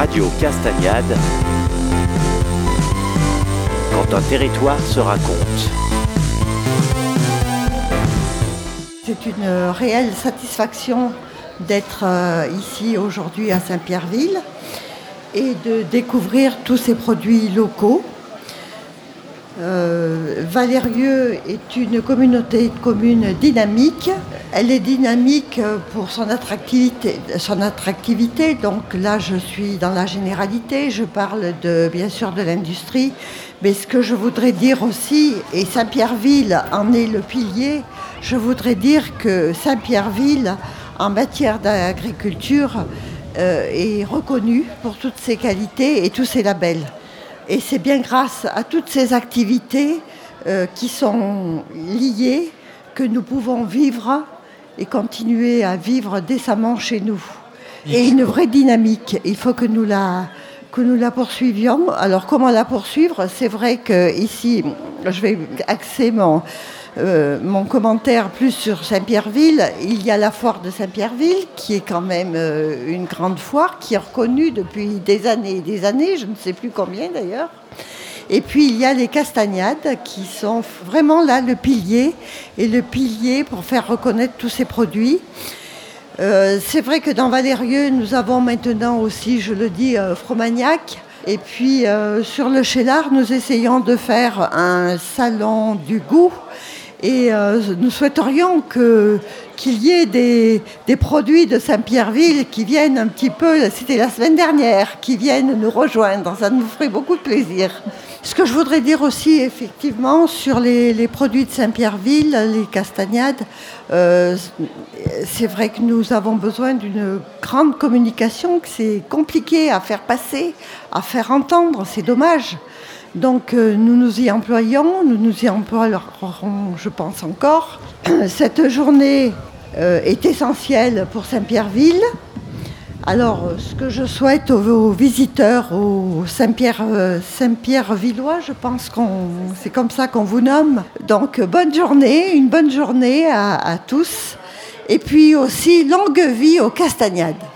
Radio Castagnade, quand un territoire se raconte. C'est une réelle satisfaction d'être ici aujourd'hui à Saint-Pierreville et de découvrir tous ces produits locaux. Valérieux est une communauté de communes dynamique. Elle est dynamique pour son attractivité. Donc là, je suis dans la généralité. Je parle bien sûr de l'industrie. Mais ce que je voudrais dire aussi, et Saint-Pierreville en est le pilier, je voudrais dire que Saint-Pierreville, en matière d'agriculture, est reconnu pour toutes ses qualités et tous ses labels. Et c'est bien grâce à toutes ces activités qui sont liées que nous pouvons vivre et continuer à vivre décemment chez nous. Et une vraie dynamique, il faut que nous la poursuivions. Alors comment la poursuivre ? C'est vrai qu'ici, je vais axer mon commentaire plus sur Saint-Pierreville. Il y a la foire de Saint-Pierreville, qui est quand même une grande foire, qui est reconnue depuis des années et des années, je ne sais plus combien d'ailleurs. Et puis il y a les castagnades, qui sont vraiment là le pilier pour faire reconnaître tous ces produits. C'est vrai que dans Valérieux, nous avons maintenant aussi, je le dis, Fromagnac. Et puis sur le Cheylard, nous essayons de faire un salon du goût. Et nous souhaiterions qu'il y ait des produits de Saint-Pierreville qui viennent un petit peu, c'était la semaine dernière, qui viennent nous rejoindre. Ça nous ferait beaucoup de plaisir. Ce que je voudrais dire aussi, effectivement, sur les produits de Saint-Pierreville, les castagnades, c'est vrai que nous avons besoin d'une grande communication, que c'est compliqué à faire passer, à faire entendre, c'est dommage. Donc nous nous y employons, je pense encore. Cette journée est essentielle pour Saint-Pierreville. Alors ce que je souhaite aux visiteurs, aux Saint-Pierre-Villois, je pense c'est comme ça qu'on vous nomme. Donc une bonne journée à tous. Et puis aussi longue vie aux castagnades.